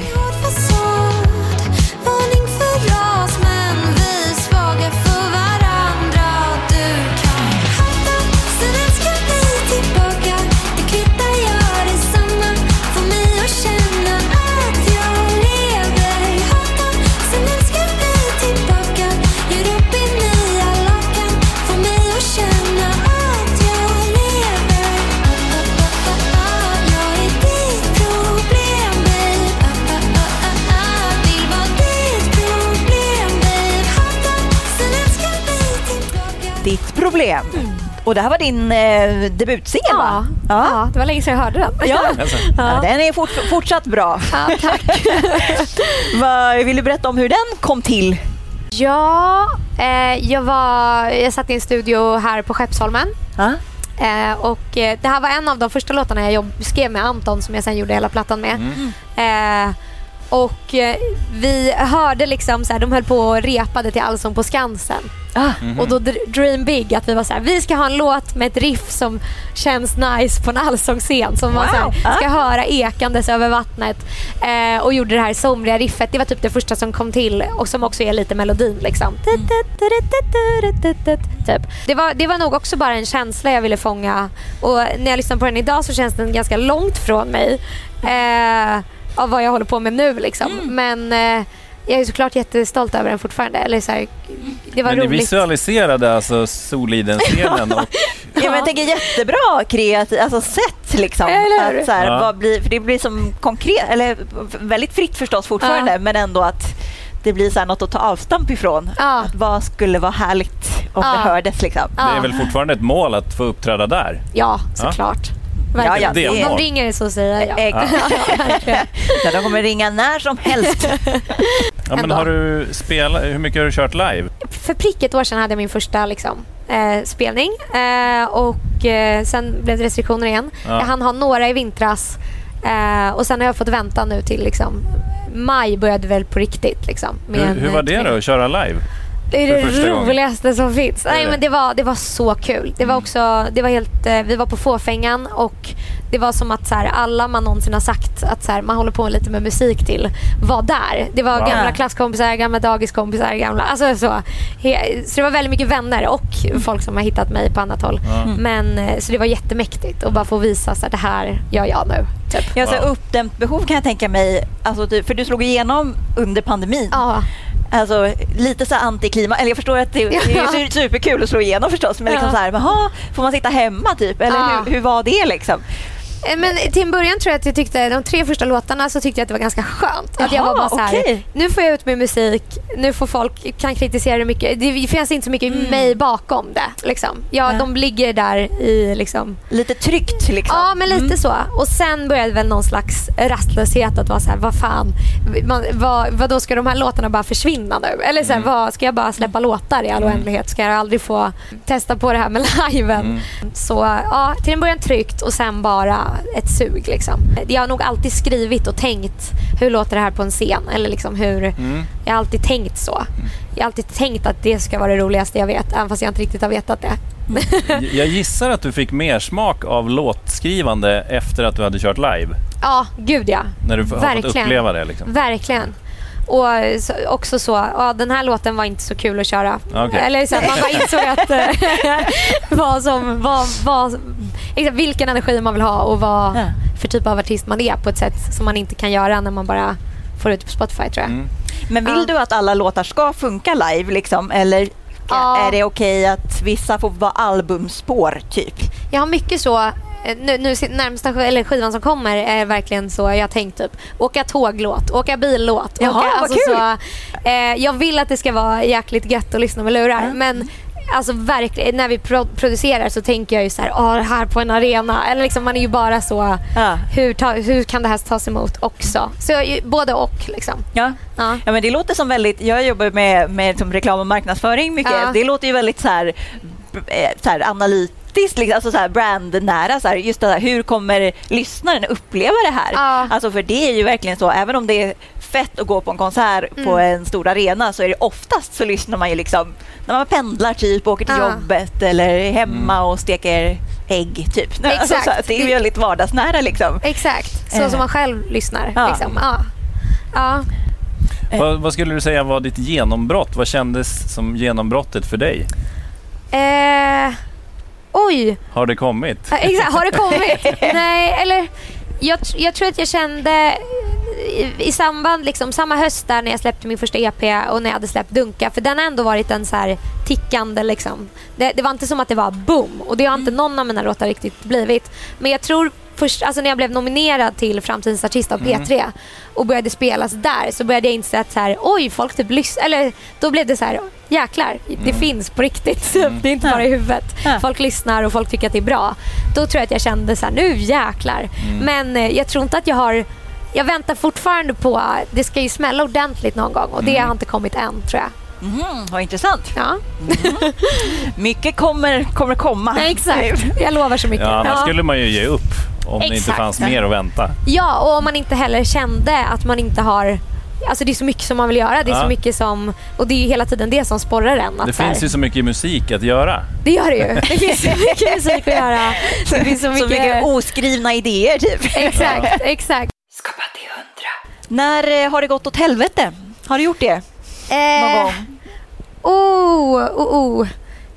Ditt problem. Mm. Och det här var din eh, debutsingel,
ja.
va?
Ja. ja, det var länge sedan jag hörde den.
Ja, ja. Den är fort, fortsatt bra.
Ja, tack.
Vad vill du berätta om hur den kom till?
Ja, eh, jag, var, jag satt i en studio här på Skeppsholmen.
Ja.
Eh, och eh, det här var en av de första låtarna jag jobb, skrev med Anton som jag sen gjorde hela plattan med. Mm. Eh, och eh, vi hörde liksom så här, de höll på och repade till Allsång på Skansen. Ah. Mm-hmm. Och då dream big att vi var så här, vi ska ha en låt med ett riff som känns nice på en allsångsscen som wow. man så här, ska ah. höra ekandes över vattnet eh, och gjorde det här somriga riffet. Det var typ det första som kom till och som också är lite melodin liksom. Mm. Typ. Det var, det var nog också bara en känsla jag ville fånga och när jag lyssnar på den idag så känns den ganska långt från mig eh, av vad jag håller på med nu liksom. Mm. Men eh, jag är såklart jättestolt över den fortfarande. Eller så här, det var
men
roligt.
Ni visualiserade alltså Soliden-scenen och...
Ja, men jag tänker jättebra kreativt alltså sätt liksom. Att, så här, ja. vad blir, för det blir som konkret, eller väldigt fritt förstås fortfarande, ja. men ändå att det blir så här något att ta avstamp ifrån. Ja. Att vad skulle vara härligt om ja. det hördes liksom.
Ja. Det är väl fortfarande ett mål att få uppträda där?
Ja, såklart. Ja. verkligen.
Ja, ja,
det
Om
är
de
val.
ringer så säger jag.
Exakt. Ja, de kommer ringa när som helst.
Ja, men
Ändå.
har du spelat, hur mycket har du kört live?
För prick ett år sedan hade jag min första liksom, eh, spelning eh, och eh, sen blev det restriktioner igen.
Ja.
Jag hann ha några i vintras eh, och sen har jag fått vänta nu till liksom, maj började väl på riktigt. Liksom, med
Hur,
en,
hur var det då att köra live?
Det är
för
det
första gången?
roligaste som finns. Nej,
det?
men det var, det var så kul. Det var också, det var helt, eh, vi var på Fåfängan och det var som att så här, alla man någonsin har sagt att så här, man håller på lite med musik till var där. Det var
Wow.
gamla klasskompisar, gamla dagiskompisar, gamla, alltså så. He, så det var väldigt mycket vänner och folk som har hittat mig på annat håll.
Ja.
Men eh, så det var jättemäktigt att bara få visa så här, det här gör jag nu. Typ.
Jag så
Wow.
uppdämt behov kan jag tänka mig, alltså, typ, för du slog igenom under pandemin.
Ja.
Alltså lite så här antiklima, eller jag förstår att det, det är ju superkul att slå igenom förstås, men liksom
Ja.
så här, aha, får man sitta hemma typ, eller
Ja.
hur, hur var det liksom?
Men till en början tror jag att jag tyckte de tre första låtarna så tyckte jag att det var ganska skönt. Att jag
Jaha,
var bara så här,
okej.
nu får jag ut med musik, nu får folk kan kritisera det mycket. Det finns inte så mycket
Mm.
mig bakom det. Liksom. Ja,
Ja.
de ligger där i liksom...
Lite tryggt liksom.
Ja, men lite
Mm.
så. Och sen började väl någon slags rastlöshet att vara så här, vad fan, man, vad, vad då ska de här låtarna bara försvinna nu? Eller så här,
Mm.
vad, ska jag bara släppa låtar i all oändlighet? Ska jag aldrig få testa på det här med liven?
Mm.
Så ja, till en början tryggt och sen bara ett sug liksom. Jag har nog alltid skrivit och tänkt, hur låter det här på en scen? Eller liksom hur,
Mm.
jag har alltid tänkt så. Jag har alltid tänkt att det ska vara det roligaste jag vet, även fast jag inte riktigt har vetat det.
Jag gissar att du fick mer smak av låtskrivande efter att du hade kört live.
Ja, gud ja.
När du har fått
Verkligen.
uppleva det liksom.
Verkligen. Och så, också så, ja, den här låten var inte så kul att köra.
Okej.
Eller så att man bara insåg att eh, vad som, vad, vad, exakt, vilken energi man vill ha och vad
Ja.
för typ av artist man är på ett sätt som man inte kan göra när man bara får ut på Spotify, tror jag.
Mm.
Men vill
Ja.
du att alla låtar ska funka live liksom, eller
Ja.
är det okej att vissa får vara albumspår typ?
Jag har mycket så, eh, nu, nu närmsta sk- eller skivan som kommer är verkligen så jag har tänkt typ åka tåglåt, åka billåt.
Jaha,
åka,
vad
alltså,
kul.
så, eh, jag vill att det ska vara jäkligt gött att lyssna med lurar,
Ja.
men alltså verkligen när vi pro- producerar så tänker jag ju så här, åh, det här på en arena, eller liksom man är ju bara så,
Ja.
hur, ta, hur kan det här tas emot också? Så jag, är ju både och liksom.
Ja.
Ja.
Ja, men det låter som väldigt, jag jobbar med, med som reklam och marknadsföring mycket.
Ja.
Det låter ju väldigt så här, eh, så här analytiskt, liksom, alltså så här brandnära. Så här, just det här, hur kommer lyssnaren uppleva det här?
Ja.
Alltså för det är ju verkligen så, även om det är fett att gå på en konsert på
Mm.
en stor arena, så är det oftast så lyssnar man ju liksom när man pendlar typ, åker till
Ja.
jobbet eller är hemma och steker ägg typ.
Exakt.
Alltså, så här, det är ju väldigt vardagsnära liksom.
Exakt, så
Eh.
som man själv lyssnar.
Ja.
Liksom. Ja. Ja.
Vad, vad skulle du säga var ditt genombrott? Vad kändes som genombrottet för dig?
Eh, oj,
Har det kommit?
Ja, exakt, har det kommit? Nej, eller jag, jag tror att jag kände i, i samband, liksom, samma höst där när jag släppte min första E P och när jag hade släppt Dunka, för den har ändå varit en så här tickande liksom. Det, det var inte som att det var boom, och det har inte någon av mina låtar riktigt blivit. Men jag tror först, alltså när jag blev nominerad till Framtidens artist av P tre och började spelas där, så började jag inse att så här, oj, folk typ lyssnar, eller då blev det så här, jäklar, det finns på riktigt. Så det är inte bara i huvudet.
Ja.
Folk lyssnar och folk tycker att det är bra. Då tror jag att jag kände så här, nu jäklar. Men eh, jag tror inte att jag har, jag väntar fortfarande på, det ska ju smälla ordentligt någon gång, och det har inte kommit än, tror jag.
Mm, vad intressant.
Ja,
Mycket kommer, kommer komma.
nej, exakt. Jag lovar så mycket.
Ja, annars
Ja.
skulle man ju ge upp om det inte
Exakt.
fanns mer att vänta.
Ja, och om man inte heller kände att man inte har, alltså det är så mycket som man vill göra, det är
Ja.
så mycket som, och det är ju hela tiden det som sporrar en. Att
Det
så här,
finns ju så mycket musik att göra.
det gör det ju. Det finns så mycket musik att göra. Det finns så
Så
mycket,
mycket oskrivna idéer typ.
exakt, exakt.
Skapa till hundra. När eh, har det gått åt helvete? Har du gjort det någon
Eh,
gång?
Oh, oh, oh.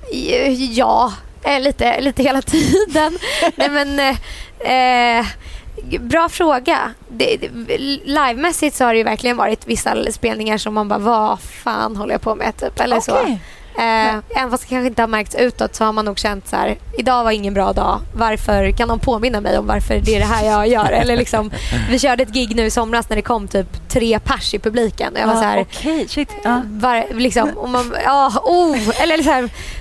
Ja, eh, lite, lite hela tiden. Nej, men, eh, bra fråga. Det, det, livemässigt så har det ju verkligen varit vissa spelningar som man bara, vad fan håller jag på med? Typ, eller så.
Okej.
Eh, även fast det kanske inte har märkts utåt, så har man nog känt så här, idag var ingen bra dag. Varför kan de påminna mig om varför det är det här jag gör? Eller liksom, vi körde ett gig nu i somras när det kom typ tre pers i publiken. Och jag var så här,
Okej, shit. Ja.
var, liksom, och man, ja, oh, eller så här,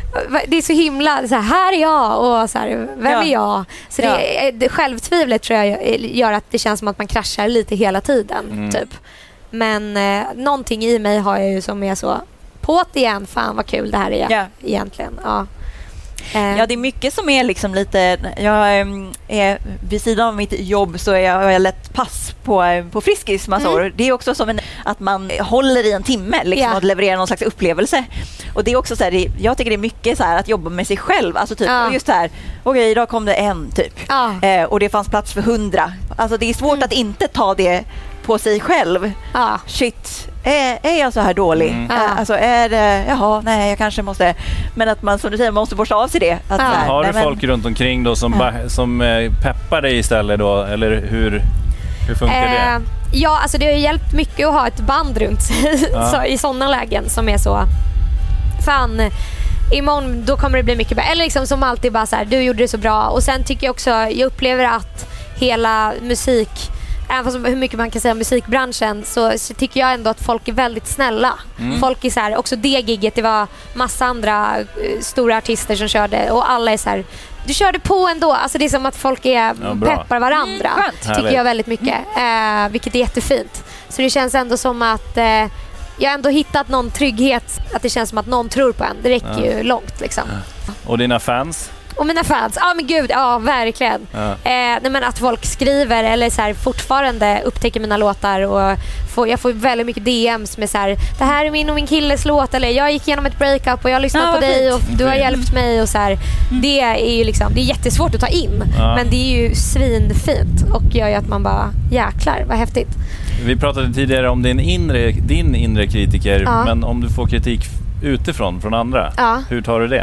det är så himla så här, här är jag och så här, vem
Ja.
är jag? Så
Ja.
det, det självtvivlet tror jag gör att det känns som att man kraschar lite hela tiden
Mm.
typ. Men eh, någonting i mig har jag ju som är så på det igen, fan vad kul det här är
Ja.
egentligen. Ja. Eh,
Ja, det är mycket som är liksom lite... Jag ehm, är, vid sidan av mitt jobb så är jag, har jag lätt pass på, på Friskis massa
Mm.
år. Det är också som en, att man håller i en timme liksom,
Ja.
och levererar någon slags upplevelse. Och det är också så här, det, jag tycker det är mycket så här att jobba med sig själv. Alltså typ,
Ja.
och just här, okej, idag kom det en typ.
Ja.
Eh, och det fanns plats för hundra. Alltså det är svårt
Mm.
att inte ta det på sig själv.
ja.
Shit, är, är jag så här dålig?
Mm.
Ja.
Äh, alltså är det, jaha, nej jag kanske måste, men att man som du säger, man måste borsta av sig det. Att
Ja.
så här,
Har du
nej, men-
folk runt omkring då som,
Ja.
ba- som eh, peppar dig istället då? Eller hur, hur funkar
Eh,
det?
ja, alltså det har ju hjälpt mycket att ha ett band runt sig
Ja.
så, i sådana lägen som är så fan, imorgon då kommer det bli mycket bättre. Eller liksom som alltid bara så här, du gjorde det så bra. Och sen tycker jag också, jag upplever att hela musik, även fast hur mycket man kan säga om musikbranschen, så, så tycker jag ändå att folk är väldigt snälla.
Mm.
Folk är så här, också det gigget, det var massa andra eh, stora artister som körde och alla är så här, du körde på ändå. Alltså det är som att folk är,
Ja, bra.
peppar varandra.
Mm, skönt.
Tycker
Härligt.
jag väldigt mycket. Eh, vilket är jättefint. Så det känns ändå som att eh, jag har ändå hittat någon trygghet. Att det känns som att någon tror på en. Det räcker
Ja.
ju långt liksom.
Och dina fans?
Och mina fans, ja men gud, ja verkligen.
Ja.
Eh, nej, men att folk skriver eller så här, fortfarande upptäcker mina låtar och får, jag får väldigt mycket D Ms med så här, det här är min och min killes låt, eller jag gick igenom ett breakup och jag har lyssnat
Ja,
på
vad
dig och
fint.
du har
Fint.
hjälpt mig och så här, det är ju liksom, det är jättesvårt att ta in,
Ja.
men det är ju svinfint och gör ju att man bara, jäklar vad häftigt.
Vi pratade tidigare om din inre, din inre kritiker,
Ja.
men om du får kritik f- utifrån, från andra,
Ja.
hur tar du det?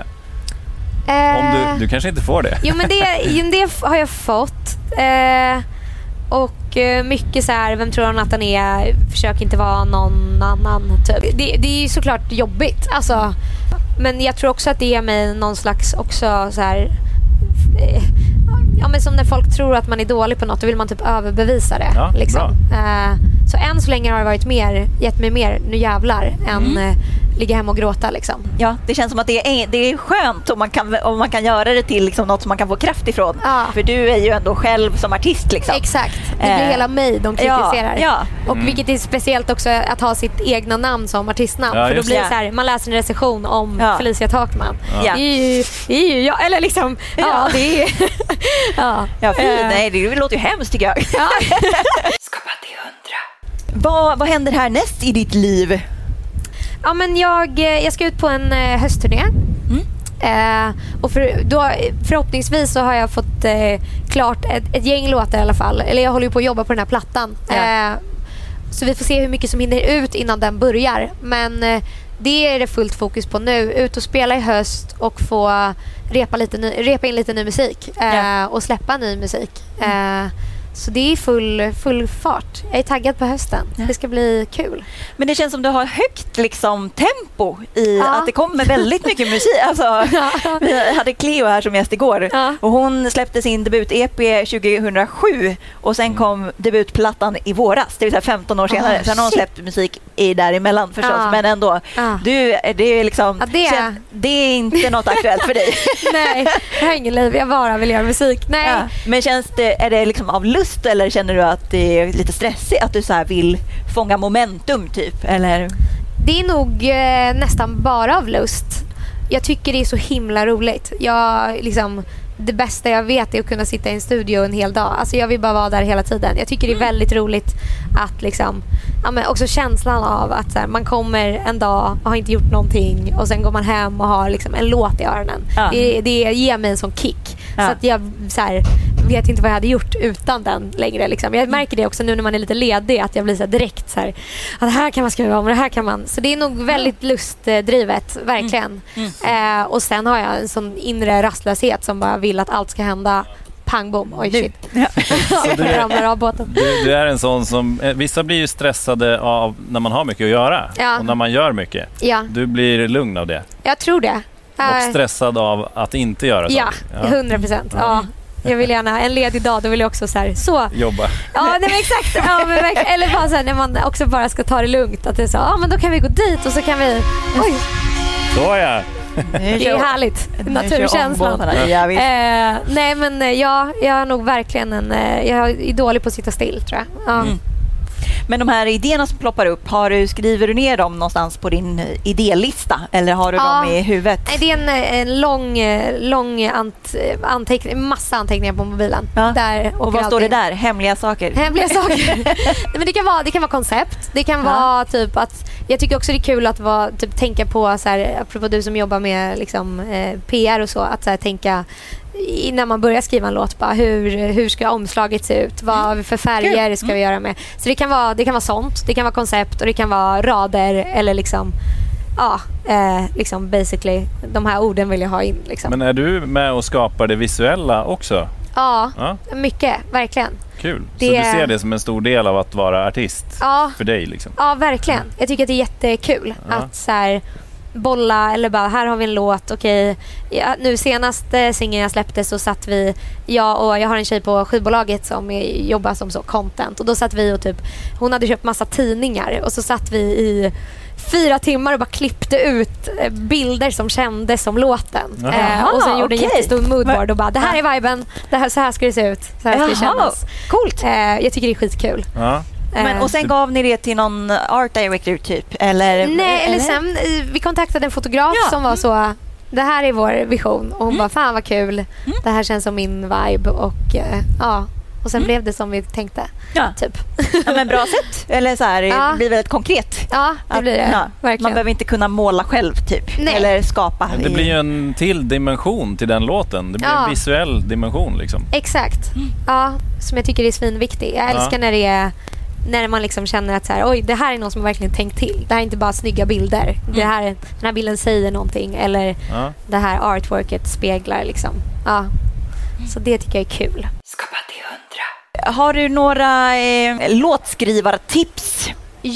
Eh,
Om du, du kanske inte får det?
Jo men det, jo, men det f- har jag fått. Eh, och eh, mycket så här, vem tror han att han är? Försök inte vara någon annan typ. Det, det är ju såklart jobbigt. Alltså, men jag tror också att det ger mig någon slags också så här. Eh, ja men som när folk tror att man är dålig på något, då vill man typ överbevisa det.
Ja,
liksom. Eh, så än så länge har det varit mer, gett mig mer, nu jävlar, än eh, ligga hemma och gråta liksom.
Ja, det känns som att det är, det är skönt om man, kan, om man kan göra det till liksom något som man kan få kraft ifrån.
Ja.
För du är ju ändå själv som artist liksom.
Exakt, det blir
Eh,
hela mig de kritiserar.
Ja, ja.
Och vilket är speciellt också att ha sitt egna namn som artistnamn.
Ja,
för då
just
blir det
det.
så här, man läser en recension om
Ja.
Felicia Takman.
Ja.
Det är ju, det är ju jag, eller liksom, ja,
Ja.
det är ja.
Ja, fy,
Eh,
nej, det låter ju hemskt tycker jag.
ja.
Skapa till hundra. Vad, vad händer härnäst i ditt liv?
ja, men jag, eh, jag ska ut på en eh, höstturné. Eh, och för, då, förhoppningsvis så har jag fått eh, klart ett, ett gäng låtar i alla fall. Eller jag håller ju på att jobba på den här plattan.
Ja.
Eh, så vi får se hur mycket som hinner ut innan den börjar. Men eh, det är det fullt fokus på nu. Ut och spela i höst och få repa, lite ny, repa in lite ny musik. Eh,
Ja.
Och släppa ny musik. Eh, så det är full, full fart. Jag är taggad på hösten.
Ja.
Det ska bli kul.
Men det känns som du har högt liksom, tempo i
Ja.
att det kommer väldigt mycket musik. Alltså, vi hade Cleo här som gäst igår
Ja.
och hon släppte sin debut-E P tjugohundrasju och sen kom debutplattan i våras, det vill säga femton år senare.
Ah,
sen har hon
shit.
släppt musik i däremellan förstås,
Ja.
men ändå.
Ja.
Du, det är liksom,
Ja, det-
känn- det är inte något aktuellt för dig.
Nej, jag har ingen liv. Jag bara vill göra musik. Nej.
Ja. Men känns det, är det liksom av lust eller känner du att det är lite stressigt att du så här vill fånga momentum typ? Eller?
Det är nog eh, nästan bara av lust. Jag tycker det är så himla roligt. Jag, liksom, det bästa jag vet är att kunna sitta i en studio en hel dag. Alltså jag vill bara vara där hela tiden. Jag tycker det är väldigt roligt att liksom, ja, men också känslan av att så här, man kommer en dag och har inte gjort någonting och sen går man hem och har liksom en låt i öronen.
Ja.
Det, det ger mig en sån kick.
Ja.
Så att jag så här, vet inte vad jag hade gjort utan den längre. Liksom. Jag märker det också nu när man är lite ledig att jag blir så här direkt så här, att det här kan man skriva om och det här kan man. Så det är nog väldigt lustdrivet, verkligen.
Mm.
Eh, och sen har jag en sån inre rastlöshet som bara vill att allt ska hända pang bom. Oj
Nu.
shit.
Ja.
du
Jag
är-
ramlar av båten.
Du, du är en sån som... Eh, vissa blir ju stressade av när man har mycket att göra
Ja.
och när man gör mycket.
Ja,
Du blir lugn av det
jag tror det.
och
Eh,
stressad av att inte göra
Ja,
saker.
hundra procent. Ja. Jag vill gärna, en ledig dag, då vill jag också så här, så.
Jobba.
Ja, nej, men exakt. Ja, men verkligen. Eller bara så här, när man också bara ska ta det lugnt. Att det är så, ja men då kan vi gå dit och så kan vi... Oj,
Så ja.
Det är härligt. Naturkänslan.
Ja,
eh, nej men ja, jag är nog verkligen en, jag är dålig på att sitta still tror jag. Ja.
Mm. Men de här idéerna som ploppar upp, har du, skriver du ner dem någonstans på din idélista eller har du
ja,
dem i huvudet?
Det är en, en lång, lång ant, anteckning, massa anteckningar på mobilen.
Ja.
Där
och vad står det där? Hemliga saker?
Hemliga saker. Nej, men det, kan vara, det kan vara koncept. Det kan ja. vara typ att... Jag tycker också det är kul att vara, typ, tänka på, så här, apropå du som jobbar med liksom, eh, P R och så, att så här, tänka innan man börjar skriva en låt, bara, hur, hur ska omslaget se ut? Vad för färger mm. ska vi göra med? Så det kan, vara, det kan vara sånt, det kan vara koncept och det kan vara rader eller liksom, ja, eh, liksom basically, de här orden vill jag ha in. Liksom.
Men är du med och skapar det visuella också?
Ja, ja. mycket, verkligen.
Kul.
Det...
Så du ser det som en stor del av att vara artist
ja.
för dig? Liksom.
Ja, verkligen. Jag tycker att det är jättekul ja. att så här, bolla eller bara, här har vi en låt, okej. Ja, nu senaste singeln jag släppte så satt vi, jag och jag har en tjej på skivbolaget som är, jobbar som så content och då satt vi och typ, hon hade köpt massa tidningar och så satt vi i fyra timmar och bara klippte ut bilder som kändes som låten. Eh, och sen gjorde okay. en jättestor moodboard och bara, det här är viben, det här, så här ska det se ut, så här ska det kännas.
Coolt.
Eh, jag tycker det är skitkul.
Ja.
Men, och sen gav ni det till någon art director typ? Eller,
nej, eller sen vi kontaktade en fotograf ja. som var så, det här är vår vision och hon mm. bara, fan vad kul, mm. det här känns som min vibe och eh, ja. Och sen mm. blev det som vi tänkte.
Ja.
Typ.
Ja, men bra sätt. Eller så här,
ja.
det blir väldigt konkret.
Ja, det blir det. Ja. Verkligen.
Man behöver inte kunna måla själv typ. Nej. Eller skapa.
Men det blir ju en till dimension till den låten. Det blir ja. en visuell dimension liksom.
Exakt. Mm. Ja, som jag tycker är svinviktig. Jag älskar ja. när det är när man liksom känner att så här, oj, det här är någon som verkligen tänkt till. Det här är inte bara snygga bilder. Mm. Det här, den här bilden säger någonting. Eller ja. det här artworket speglar liksom. Ja. Så det tycker jag är kul.
Skapa till hundra. Har du några eh, låtskrivartips?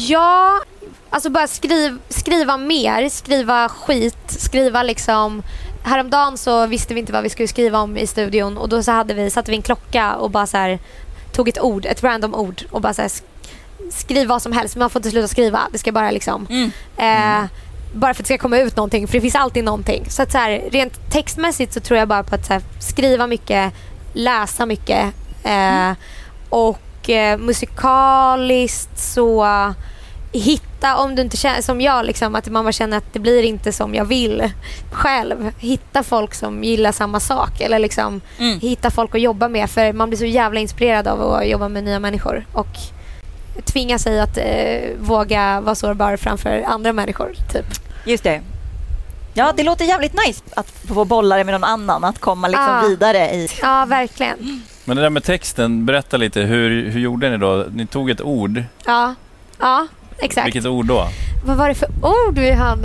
Ja, alltså bara skriv, skriva mer. Skriva skit. Skriva liksom... Häromdagen så visste vi inte vad vi skulle skriva om i studion. Och då så hade vi, satte vi en klocka och bara så här, tog ett ord, ett random ord. Och bara så här, skriv vad som helst. Man får inte sluta skriva. Det ska bara liksom... Mm. Eh, bara för att det ska komma ut någonting, för det finns alltid någonting. Så att så här, rent textmässigt så tror jag bara på att så här, skriva mycket, läsa mycket eh, mm. och eh, musikaliskt så hitta, om du inte känner som jag liksom, att man bara känner att det blir inte som jag vill själv, hitta folk som gillar samma sak eller liksom mm. hitta folk att jobba med, för man blir så jävla inspirerad av att jobba med nya människor och tvinga sig att eh, våga vara sårbar framför andra människor typ.
Just det. Ja, det låter jävligt nice att få bolla det med någon annan, att komma liksom ja. vidare i...
Ja, verkligen.
Men det där med texten, berätta lite, hur, hur gjorde ni då? Ni tog ett ord.
Ja, ja, exakt.
Vilket ord då?
Vad var det för ord vi hade?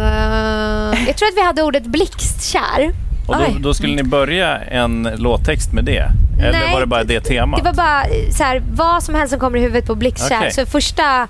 Jag tror att vi hade ordet blixtkär.
Och då, då skulle ni börja en låttext med det? Eller Nej, var det bara det temat?
Det var bara så här, vad som helst som kommer i huvudet på blixtkär. Okay. Så första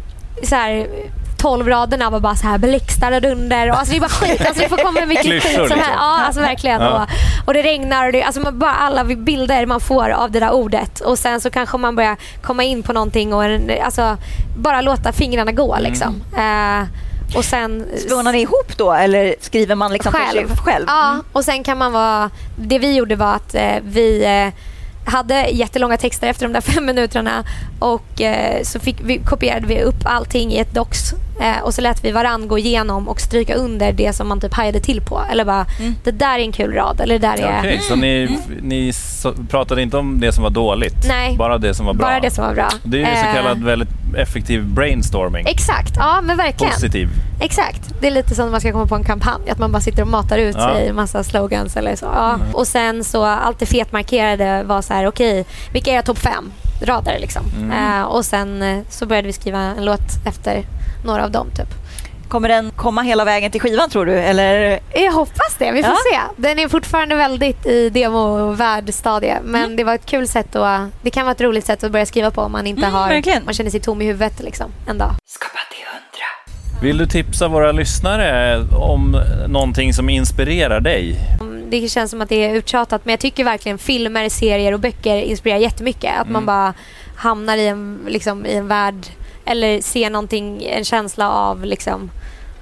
så här, tolv raderna var bara så här blixtar och dunder. Och alltså det är bara skit. Alltså det får komma mycket skit så här. Liksom. Ja, alltså verkligen. Ja. Och, och det regnar och det, alltså man, bara alla bilder man får av det där ordet. Och sen så kanske man börjar komma in på någonting och alltså bara låta fingrarna gå liksom. Mm. Uh, och sen
slår ni ihop då eller skriver man liksom
själv?
själv?
Ja, och sen kan man vara, det vi gjorde var att eh, vi eh, hade jättelånga texter efter de där fem minuterna och eh, så fick vi, kopierade vi upp allting i ett docs eh, och så lät vi varann gå igenom och stryka under det som man typ hajade till på, eller bara mm. det där är en kul rad eller det där är...
Okej, okay, så ni, mm. ni så, pratade inte om det som var dåligt?
Nej,
bara det som var bra?
Bara det som var bra.
Det är ju så kallad väldigt effektiv brainstorming.
Exakt, ja men verkligen.
Positiv.
Exakt, det är lite som när man ska komma på en kampanj, att man bara sitter och matar ut ja. sig en massa slogans eller så. Ja. Mm. Och sen så allt det fetmarkerade var så här, okej, okay, vilka är era topp fem rader liksom. Mm. Uh, och sen uh, så började vi skriva en låt efter några av dem typ.
Kommer den komma hela vägen till skivan tror du? Eller?
Jag hoppas det, vi får ja. se. Den är fortfarande väldigt i demo-värdstadie. Men mm. det var ett kul sätt att, det kan vara ett roligt sätt att börja skriva på om man inte mm, har, verkligen. Man känner sig tom i huvudet liksom, en dag.
Skapa till hundra.
Vill du tipsa våra lyssnare om någonting som inspirerar dig?
Det känns som att det är uttjatat, men jag tycker verkligen filmer, serier och böcker inspirerar jättemycket. Att mm. man bara hamnar i en, liksom, i en värld eller ser någonting, en känsla av liksom,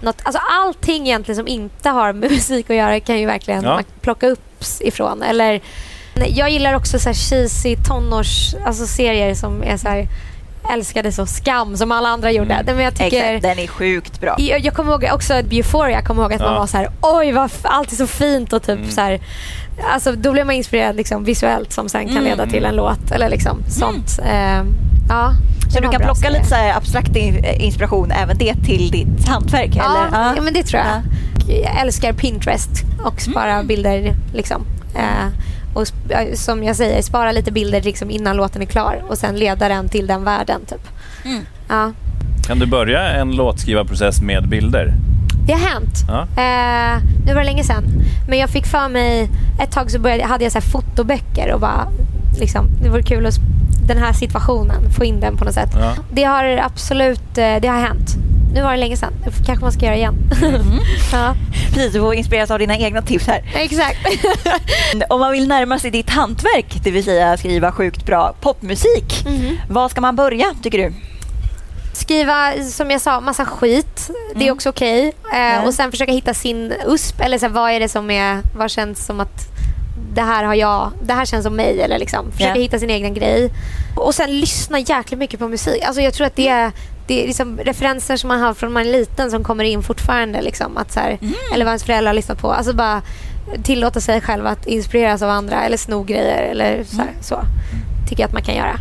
något, alltså allting egentligen som inte har med musik att göra kan ju verkligen
Ja.
man plocka upp ifrån. Eller, jag gillar också så här cheesy tonårs, alltså serier som är så här älskade så Skam som alla andra gjorde.
Mm.
Men jag tycker
Exakt, den är sjukt bra.
jag, jag kommer ihåg också Euphoria, jag kommer ihåg att
Ja.
man var så här, oj vad f- allt är så fint och typ
Mm.
så här, alltså då blir man inspirerad liksom visuellt som sen kan
Mm.
leda till en låt eller liksom sånt. Eh, ja.
Så
det
du
var
kan
bra
plocka
serie.
lite så här abstrakt in- inspiration, även det till ditt hantverk?
Ja,
eller?
ja, men det tror jag. Jag älskar Pinterest och spara
Mm.
bilder liksom. Eh, och sp- som jag säger, spara lite bilder liksom innan låten är klar och sen leda den till den världen typ.
Mm.
Ja.
Kan du börja en låtskrivarprocess med bilder?
Det har hänt.
Ja.
Eh, nu var det länge sedan. Men jag fick för mig, ett tag så började, hade jag så här fotoböcker och bara liksom, det vore kul att sp- den här situationen, få in den på något sätt.
Ja.
Det har absolut, eh, det har hänt. Nu var det länge sedan. Det kanske man ska göra igen. Ja,
Precis, du får inspireras av dina egna tips här.
exakt.
Om man vill närma sig ditt hantverk, det vill säga skriva sjukt bra popmusik,
Mhm.
var ska man börja tycker du?
Skriva, som jag sa, massa skit. Det är
Mm.
också okej. Eh,
Ja.
Och sen försöka hitta sin U S P. Eller så här, vad är det som är, vad känns som att det här har jag, det här känns som mig. Eller liksom. Försöka
Ja.
hitta sin egen grej. Och sen lyssna jäkligt mycket på musik. Alltså jag tror att det är, det är liksom referenser som man har från man är liten som kommer in fortfarande. Liksom, att så här, eller vad ens föräldrar har lyssnat på. Alltså bara tillåta sig själv att inspireras av andra. Eller sno grejer. Eller så, här, så. Tycker jag att man kan göra.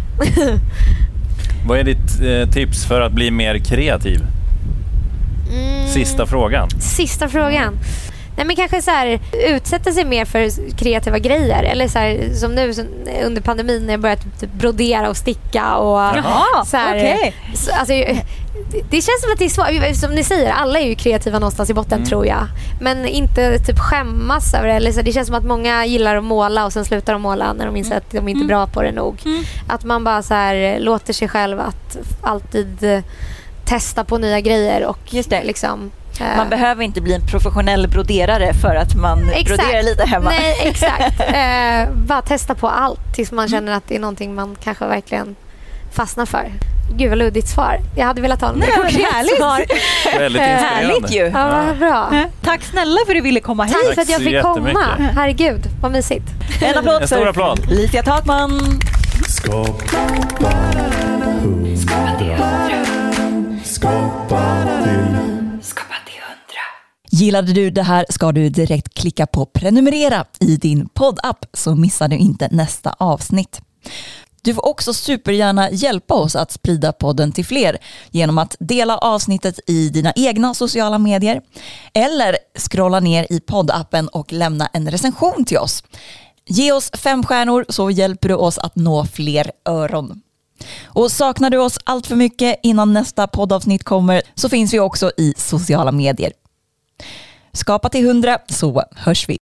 Vad är ditt eh, tips för att bli mer kreativ?
Mm.
Sista frågan.
Sista frågan. Nej, men kanske så här, utsätta sig mer för kreativa grejer. Eller så här, som nu så, under pandemin när jag började typ brodera och sticka. Och,
Jaha,
så här,
okej.
så, alltså, det, det känns som att det är svårt. Som ni säger, alla är ju kreativa någonstans i botten tror jag. Men inte typ skämmas över det. Eller så, det känns som att många gillar att måla och sen slutar de måla när de inser att de inte är bra på det nog. Att man bara så här, låter sig själv att alltid eh, testa på nya grejer och
Just det.
liksom eh,
Man behöver inte bli en professionell broderare för att man
Exakt.
broderar lite hemma.
Nej, exakt. Eh, bara testa på allt tills man känner att det är någonting man kanske verkligen fastnar för. Gud vad luddigt svar. Jag hade velat ha en mer
Nej, men
konkret
härligt.
svar.
Väldigt
Eh,
inspirerande.
Härligt ju.
Ja, vad bra.
Ja. Tack snälla för att du ville komma hit.
Tack för att jag
så
fick komma.
jättemycket.
Herregud, vad mysigt.
En applåd
En stor
för
applåd.
Felicia Takman.
Skapa hundra. Skapa till
Gillade du det här ska du direkt klicka på prenumerera i din poddapp så missar du inte nästa avsnitt. Du får också supergärna hjälpa oss att sprida podden till fler genom att dela avsnittet i dina egna sociala medier eller scrolla ner i poddappen och lämna en recension till oss. Ge oss fem stjärnor så hjälper du oss att nå fler öron. Och saknar du oss allt för mycket innan nästa poddavsnitt kommer så finns vi också i sociala medier. Skapa till hundra så hörs vi.